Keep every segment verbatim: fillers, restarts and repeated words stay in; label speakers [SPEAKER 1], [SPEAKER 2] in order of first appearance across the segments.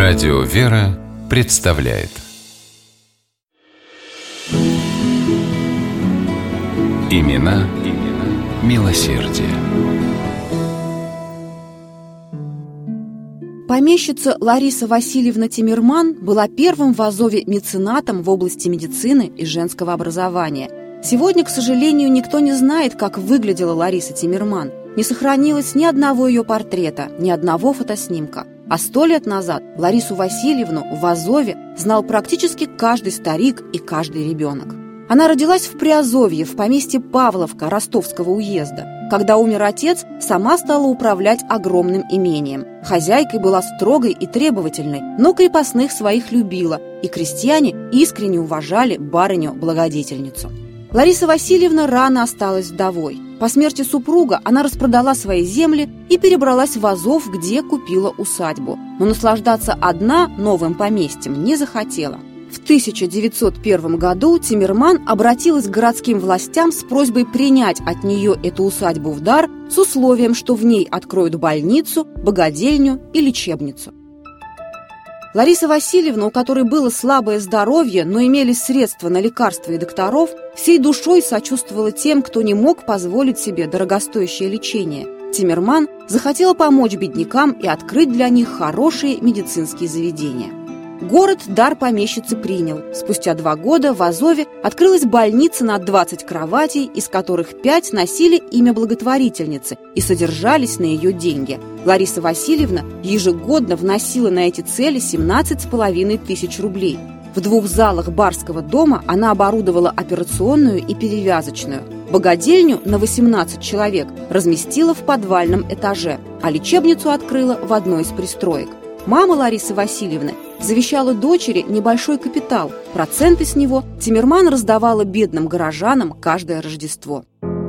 [SPEAKER 1] Радио «Вера» представляет Имена, имена милосердия.
[SPEAKER 2] Помещица Лариса Васильевна Тимирман была первым в Азове меценатом в области медицины и женского образования. Сегодня, к сожалению, никто не знает, как выглядела Лариса Тимирман. Не сохранилось ни одного ее портрета, ни одного фотоснимка. А сто лет назад Ларису Васильевну в Азове знал практически каждый старик и каждый ребенок. Она родилась в Приазовье, в поместье Павловка Ростовского уезда. Когда умер отец, сама стала управлять огромным имением. Хозяйкой была строгой и требовательной, но крепостных своих любила, и крестьяне искренне уважали барыню-благодетельницу. Лариса Васильевна рано осталась вдовой. По смерти супруга она распродала свои земли и перебралась в Азов, где купила усадьбу. Но наслаждаться одна новым поместьем не захотела. В тысяча девятьсот первом году Тимирман обратилась к городским властям с просьбой принять от нее эту усадьбу в дар с условием, что в ней откроют больницу, богадельню и лечебницу. Лариса Васильевна, у которой было слабое здоровье, но имелись средства на лекарства и докторов, всей душой сочувствовала тем, кто не мог позволить себе дорогостоящее лечение. Тимирман захотела помочь беднякам и открыть для них хорошие медицинские заведения. Город дар помещицы принял. Спустя два года в Азове открылась больница на двадцать кроватей, из которых пять носили имя благотворительницы и содержались на ее деньги. Лариса Васильевна ежегодно вносила на эти цели семнадцать с половиной тысяч рублей. В двух залах барского дома она оборудовала операционную и перевязочную. Богадельню на восемнадцать человек разместила в подвальном этаже, а лечебницу открыла в одной из пристроек. Мама Ларисы Васильевны завещала дочери небольшой капитал. Проценты с него Тимирман раздавала бедным горожанам каждое Рождество.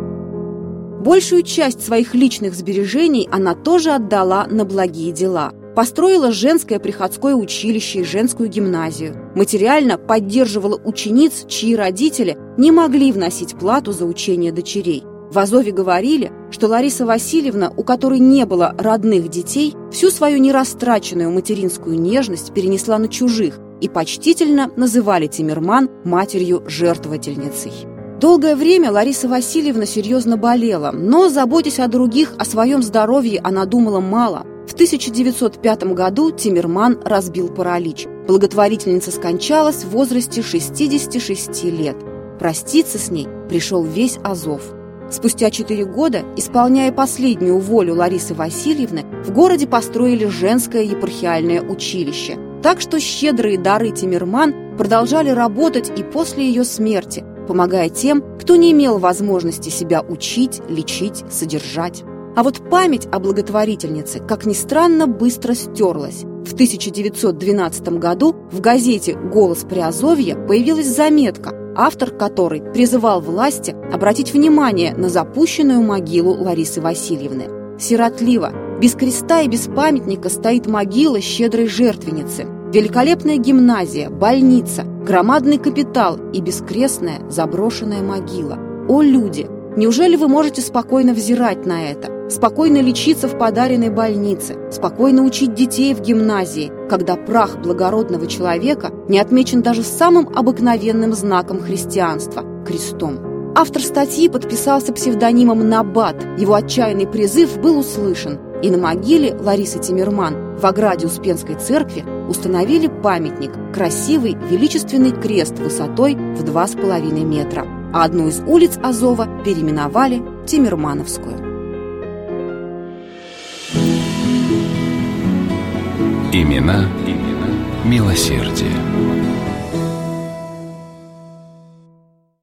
[SPEAKER 2] Большую часть своих личных сбережений она тоже отдала на благие дела. Построила женское приходское училище и женскую гимназию. Материально поддерживала учениц, чьи родители не могли вносить плату за учение дочерей. В Азове говорили, что Лариса Васильевна, у которой не было родных детей, всю свою нерастраченную материнскую нежность перенесла на чужих и почтительно называли Тимирман матерью-жертвовательницей. Долгое время Лариса Васильевна серьезно болела, но, заботясь о других, о своем здоровье она думала мало. В тысяча девятьсот пятом году Тимирман разбил паралич. Благотворительница скончалась в возрасте шестидесяти шести лет. Проститься с ней пришел весь Азов. Спустя четыре года, исполняя последнюю волю Ларисы Васильевны, в городе построили женское епархиальное училище. Так что щедрые дары Тимирман продолжали работать и после ее смерти, помогая тем, кто не имел возможности себя учить, лечить, содержать. А вот память о благотворительнице, как ни странно, быстро стерлась. В тысяча девятьсот двенадцатом году в газете «Голос Приазовья» появилась заметка, автор которой призывал власти обратить внимание на запущенную могилу Ларисы Васильевны. Сиротливо, без креста и без памятника стоит могила щедрой жертвенницы. Великолепная гимназия, больница, громадный капитал и бескрестная заброшенная могила. О, люди! Неужели вы можете спокойно взирать на это? Спокойно лечиться в подаренной больнице, спокойно учить детей в гимназии, когда прах благородного человека не отмечен даже самым обыкновенным знаком христианства – крестом. Автор статьи подписался псевдонимом Набат. Его отчаянный призыв был услышан, и на могиле Ларисы Тимирман в ограде Успенской церкви установили памятник – красивый величественный крест высотой в два с половиной метра, а одну из улиц Азова переименовали Тимирмановскую.
[SPEAKER 1] Имена, имена милосердия.